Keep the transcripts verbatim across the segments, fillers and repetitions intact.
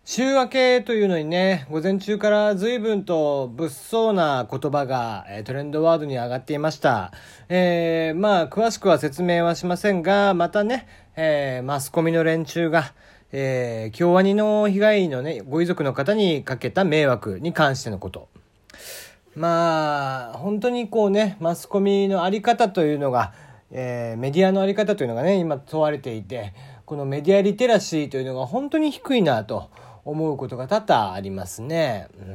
週明けというのにね、午前中から随分と物騒な言葉が、えー、トレンドワードに上がっていました。えー、まあ詳しくは説明はしませんが、またね、えー、マスコミの連中が、えー、京アニの被害のね、ご遺族の方にかけた迷惑に関してのこと。まあ本当にこうね、マスコミのあり方というのが、えー、メディアのあり方というのがね、今問われていて、このメディアリテラシーというのが本当に低いなと思うことが多々ありますね。うん、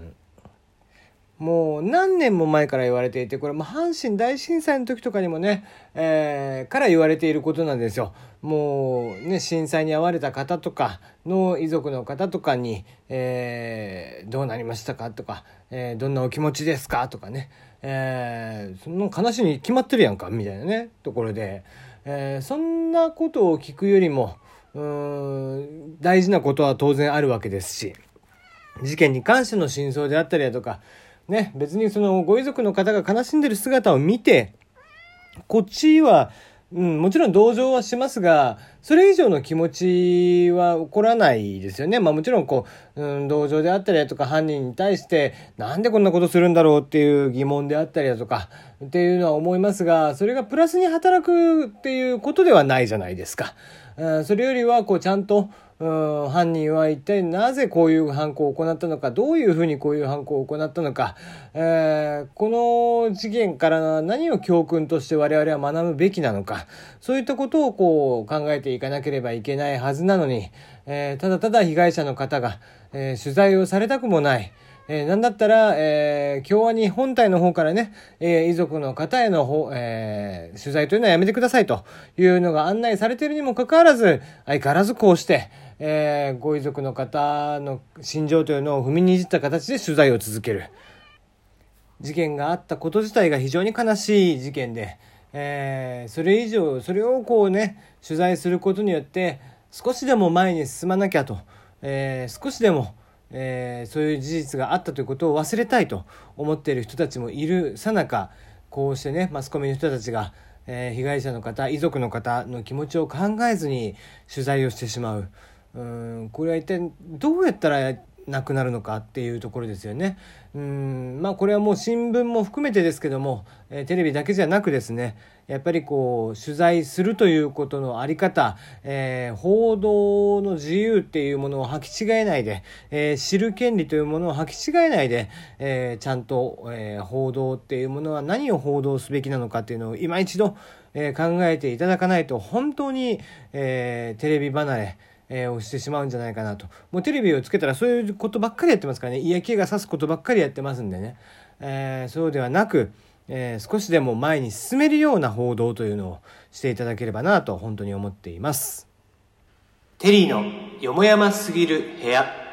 もう何年も前から言われていて、これも阪神大震災の時とかにもね、えー、から言われていることなんですよ。もうね、震災に遭われた方とかの遺族の方とかに、えー、どうなりましたかとか、えー、どんなお気持ちですかとかね、えー、その話に決まってるやんかみたいなねところで、えー、そんなことを聞くよりもうーん大事なことは当然あるわけですし、事件に関しての真相であったりだとかね、別にそのご遺族の方が悲しんでる姿を見てこっちは、うん、もちろん同情はしますが、それ以上の気持ちは起こらないですよね。まあもちろんこう、うん、同情であったりだとか犯人に対してなんでこんなことするんだろうっていう疑問であったりだとかっていうのは思いますが、それがプラスに働くっていうことではないじゃないですか。うん、それよりはこうちゃんとうん、犯人は一体なぜこういう犯行を行ったのか、どういうふうにこういう犯行を行ったのか、えー、この事件から何を教訓として我々は学ぶべきなのか、そういったことをこう考えていかなければいけないはずなのに、えー、ただただ被害者の方が、えー、取材をされたくもない、えー、なんだったら、えー、京アニ本体の方からね、えー、遺族の方への方、えー、取材というのはやめてくださいというのが案内されているにもかかわらず、相変わらずこうして、えー、ご遺族の方の心情というのを踏みにじった形で取材を続ける。事件があったこと自体が非常に悲しい事件で、えー、それ以上それをこうね取材することによって少しでも前に進まなきゃと、えー、少しでもえー、そういう事実があったということを忘れたいと思っている人たちもいるさなか、こうしてねマスコミの人たちが、えー、被害者の方遺族の方の気持ちを考えずに取材をしてしまう。うーんこれは一体どうやったらなくなるのかっていうところですよね。うーんまあこれはもう新聞も含めてですけども、えー、テレビだけじゃなくですね、やっぱりこう取材するということのあり方、えー、報道の自由っていうものを履き違えないで、えー、知る権利というものを履き違えないで、えー、ちゃんと、えー、報道っていうものは何を報道すべきなのかっていうのを今一度、えー、考えていただかないと本当に、えー、テレビ離れえー、をしてしまうんじゃないかなと。もうテレビをつけたらそういうことばっかりやってますからね、嫌気がさすことばっかりやってますんでね、えー、そうではなく、えー、少しでも前に進めるような報道というのをしていただければなと本当に思っています。テリーのよもやますぎる部屋。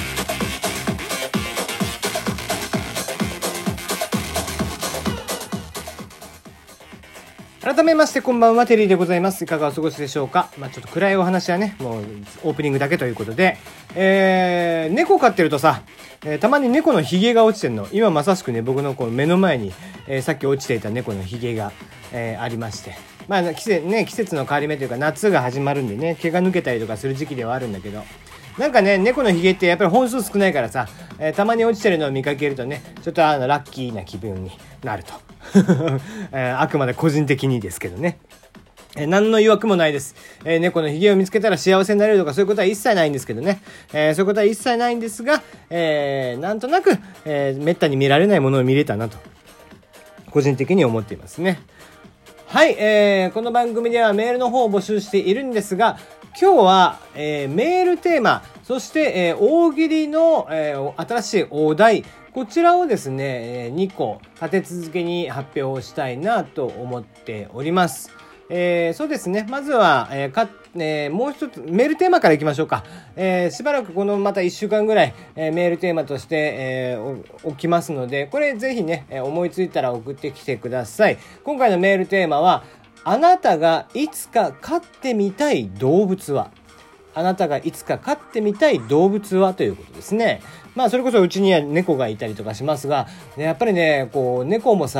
改めましてこんばんは、テリーでございます。いかがお過ごしでしょうか。まあちょっと暗いお話はね、もうオープニングだけということで、えー、猫飼ってるとさ、えー、たまに猫のヒゲが落ちてるの。今まさしくね、僕のこの目の前に、えー、さっき落ちていた猫のヒゲが、えー、ありまして、まあ季節ね、季節の変わり目というか夏が始まるんでね、毛が抜けたりとかする時期ではあるんだけど、なんかね、猫のヒゲってやっぱり本数少ないからさ、えー、たまに落ちてるのを見かけるとね、ちょっとあのラッキーな気分になると、えー、あくまで個人的にですけどね、えー、何の曰くもないです、えー、猫のヒゲを見つけたら幸せになれるとかそういうことは一切ないんですけどね、えー、そういうことは一切ないんですが、えー、なんとなく、えー、めったに見られないものを見れたなと個人的に思っていますね。はい、えー、この番組ではメールの方を募集しているんですが、今日は、えー、メールテーマ、そして、えー、大喜利の、えー、新しいお題、こちらをですね、えー、にこ立て続けに発表したいなと思っております。えー、そうですね、まずは、えーかえー、もう一つメールテーマからいきましょうか。えー、しばらくこのまたいっしゅうかんぐらい、えー、メールテーマとして、えー、置きますので、これぜひね、思いついたら送ってきてください。今回のメールテーマは、あなたがいつか飼ってみたい動物は？あなたがいつか飼ってみたい動物はということですね。まあそれこそうちには猫がいたりとかしますが、やっぱりね、こう猫もさ、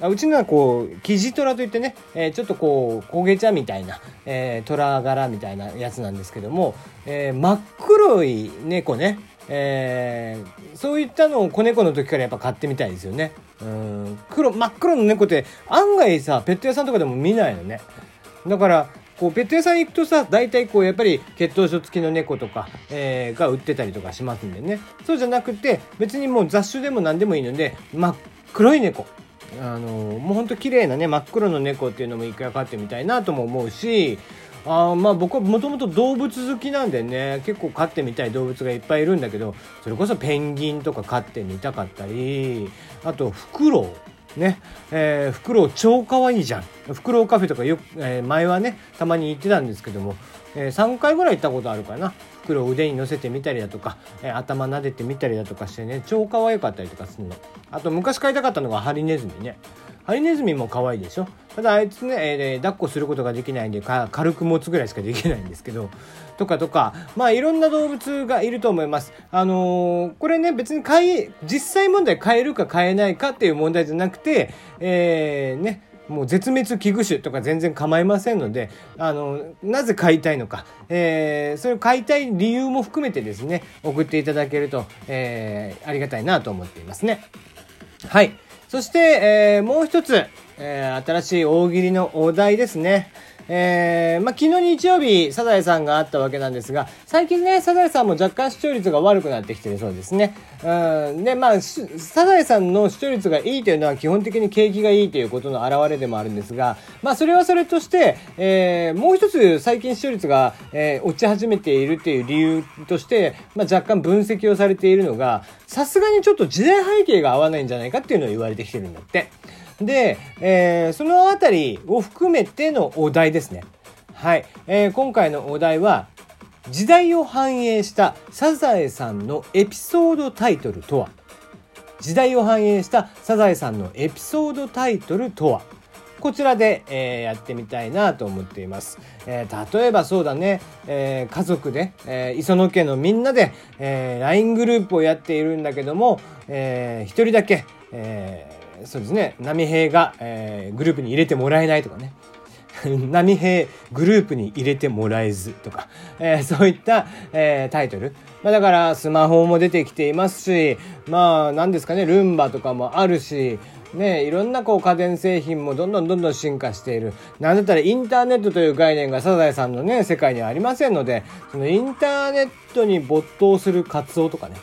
うちのはこうキジトラといってね、えー、ちょっとこう焦げ茶みたいな、えー、虎柄みたいなやつなんですけども、えー、真っ黒い猫ね、えー、そういったのを子猫の時からやっぱ飼ってみたいですよね。うん黒真っ黒の猫って案外さペット屋さんとかでも見ないのね。だからこうペット屋さん行くとさ大体こうやっぱり血統書付きの猫とか、えー、が売ってたりとかしますんでね。そうじゃなくて別にもう雑種でも何でもいいので真っ黒い猫、あのー、もうほんと綺麗なね真っ黒の猫っていうのも一回飼ってみたいなとも思うし、あまあ僕はもともと動物好きなんでね結構飼ってみたい動物がいっぱいいるんだけど、それこそペンギンとか飼ってみたかったり、あとフクロウね、えー、フクロウ超可愛いじゃん。フクロウカフェとかよく、えー、前はねたまに行ってたんですけども、えー、さんかいぐらい行ったことあるかな。フクロウ腕に乗せてみたりだとか、えー、頭撫でてみたりだとかしてね超可愛かったりとかするの。あと昔飼いたかったのがハリネズミね。ハリネズミも可愛いでしょ。ただあいつね、えー、抱っこすることができないんでか軽く持つぐらいしかできないんですけど、とかとかまあいろんな動物がいると思います。あのー、これね別に飼い実際問題飼えるか飼えないかっていう問題じゃなくて、えー、ねもう絶滅危惧種とか全然構いませんので、あのなぜ飼いたいのか、えー、それを飼いたい理由も含めてですね送っていただけると、えー、ありがたいなと思っていますね。はい。そして、えー、もう一つ、えー、新しい大喜利のお題ですね。えーまあ、昨日日曜日サザエさんがあったわけなんですが、最近ねサザエさんも若干視聴率が悪くなってきてるそうですね。うんでまあサザエさんの視聴率がいいというのは基本的に景気がいいということの表れでもあるんですが、まあそれはそれとして、えー、もう一つ最近視聴率が、えー、落ち始めているという理由として、まあ、若干分析をされているのが、さすがにちょっと時代背景が合わないんじゃないかっていうのを言われてきてるんだって。で、えー、そのあたりを含めてのお題ですね。はい、えー、今回のお題は時代を反映したサザエさんのエピソードタイトルとは。時代を反映したサザエさんのエピソードタイトルとは。こちらで、えー、やってみたいなと思っています。えー、例えばそうだね、えー、家族で、えー、磯野家のみんなで、えー、ライン グループをやっているんだけども、えー、一人だけ、えーそうですね、波平が、えー、グループに入れてもらえないとかね波平グループに入れてもらえずとか、えー、そういった、えー、タイトル、まあ、だからスマホも出てきていますし、まあ何ですかね、ルンバとかもあるしね、いろんなこう家電製品もどんどんどんどん進化している。なんだったらインターネットという概念がサザエさんのね世界にはありませんので、そのインターネットに没頭するカツオとかね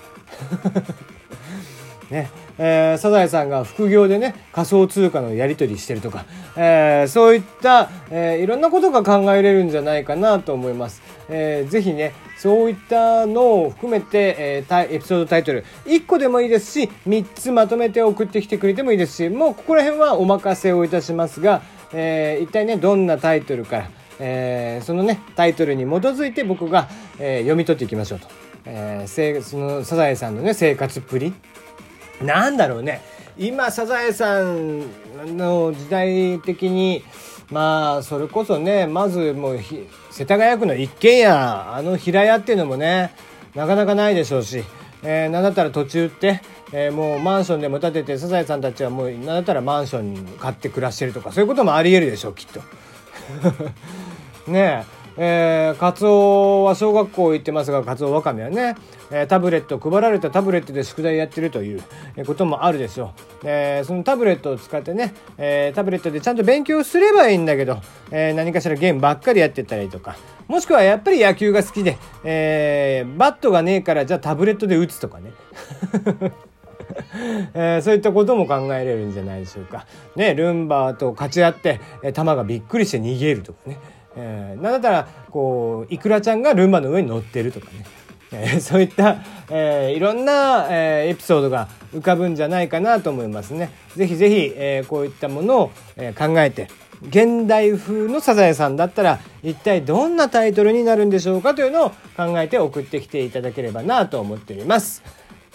ね、えー、サザエさんが副業でね仮想通貨のやり取りしてるとか、えー、そういった、えー、いろんなことが考えれるんじゃないかなと思います。えー、ぜひねそういったのを含めて、えー、エピソードタイトルいっこでもいいですしみっつまとめて送ってきてくれてもいいですし、もうここら辺はお任せをいたしますが、えー、一体ねどんなタイトルから、えー、そのねタイトルに基づいて僕が、えー、読み取っていきましょうと、えー、そのサザエさんのね生活っぷりなんだろうね、今サザエさんの時代的にまあそれこそねまずもう世田谷区の一軒家あの平屋っていうのもねなかなかないでしょうし、えー、なんだったら途中って、えー、もうマンションでも建ててサザエさんたちはもうなんだったらマンションに買って暮らしてるとかそういうこともありえるでしょうきっとねええー、カツオは小学校行ってますがカツオワカメはね、えー、タブレット配られたタブレットで宿題やってるということもあるでしょう。えー、そのタブレットを使ってね、えー、タブレットでちゃんと勉強すればいいんだけど、えー、何かしらゲームばっかりやってたりとか、もしくはやっぱり野球が好きで、えー、バットがねえからじゃあタブレットで打つとかねえー、そういったことも考えれるんじゃないでしょうかね。ルンバと勝ち合って球がびっくりして逃げるとかね、えー、なんだったらこうイクラちゃんがルンバの上に乗ってるとかね、えー、そういった、えー、いろんな、えー、エピソードが浮かぶんじゃないかなと思いますね。ぜひぜひ、えー、こういったものを、えー、考えて現代風のサザエさんだったら一体どんなタイトルになるんでしょうかというのを考えて送ってきていただければなと思っております。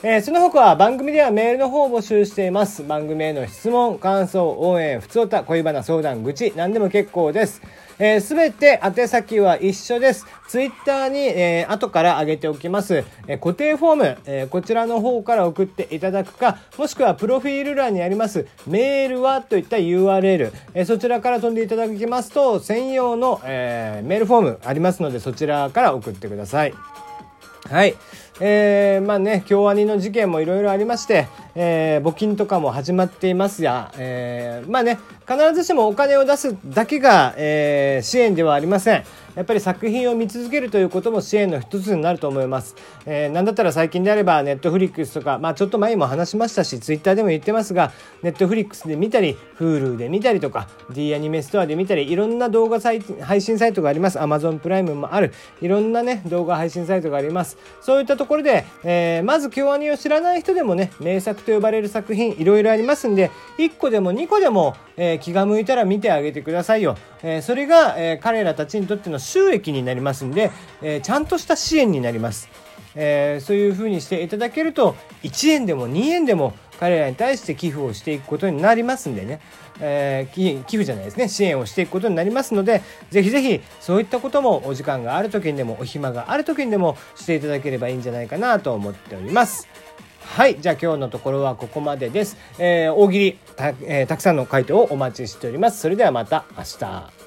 えー、その他は番組ではメールの方を募集しています。番組への質問、感想、応援、ふつおた、恋バナ、相談、愚痴、何でも結構です。えー、すべて宛先は一緒です。ツイッターに、えー、後から上げておきます、えー、固定フォーム、えー、こちらの方から送っていただくか、もしくはプロフィール欄にありますメールはといった ユーアールエル、えー、そちらから飛んでいただきますと専用の、えー、メールフォームありますので、そちらから送ってください。はい。えー、まあね、京アニの事件もいろいろありまして、えー、募金とかも始まっていますが、えー、まあね、必ずしもお金を出すだけが、えー、支援ではありません。やっぱり作品を見続けるということも支援の一つになると思います。えー、なんだったら最近であればネットフリックスとか、まあちょっと前にも話しましたし、ツイッターでも言ってますが、ネットフリックスで見たり、Hulu で見たりとか、D アニメストアで見たり、いろんな動画サイト配信サイトがあります。Amazon プライムもある。いろんなね、動画配信サイトがあります。そういったところで、えー、まず京アニを知らない人でもね、名作と呼ばれる作品いろいろありますんで、いっこでもにこでも、えー、気が向いたら見てあげてくださいよ。えー、それが、えー、彼らたちにとっての収益になりますんで、えー、ちゃんとした支援になります。えー、そういう風にしていただけるといちえんでもにえんでも彼らに対して寄付をしていくことになりますんでね、えー、寄付じゃないですね、支援をしていくことになりますので、ぜひぜひそういったこともお時間がある時にでもお暇がある時にでもしていただければいいんじゃないかなと思っております。はい、じゃあ今日のところはここまでです。えー、大喜利 た,、えー、たくさんの回答をお待ちしております。それではまた明日。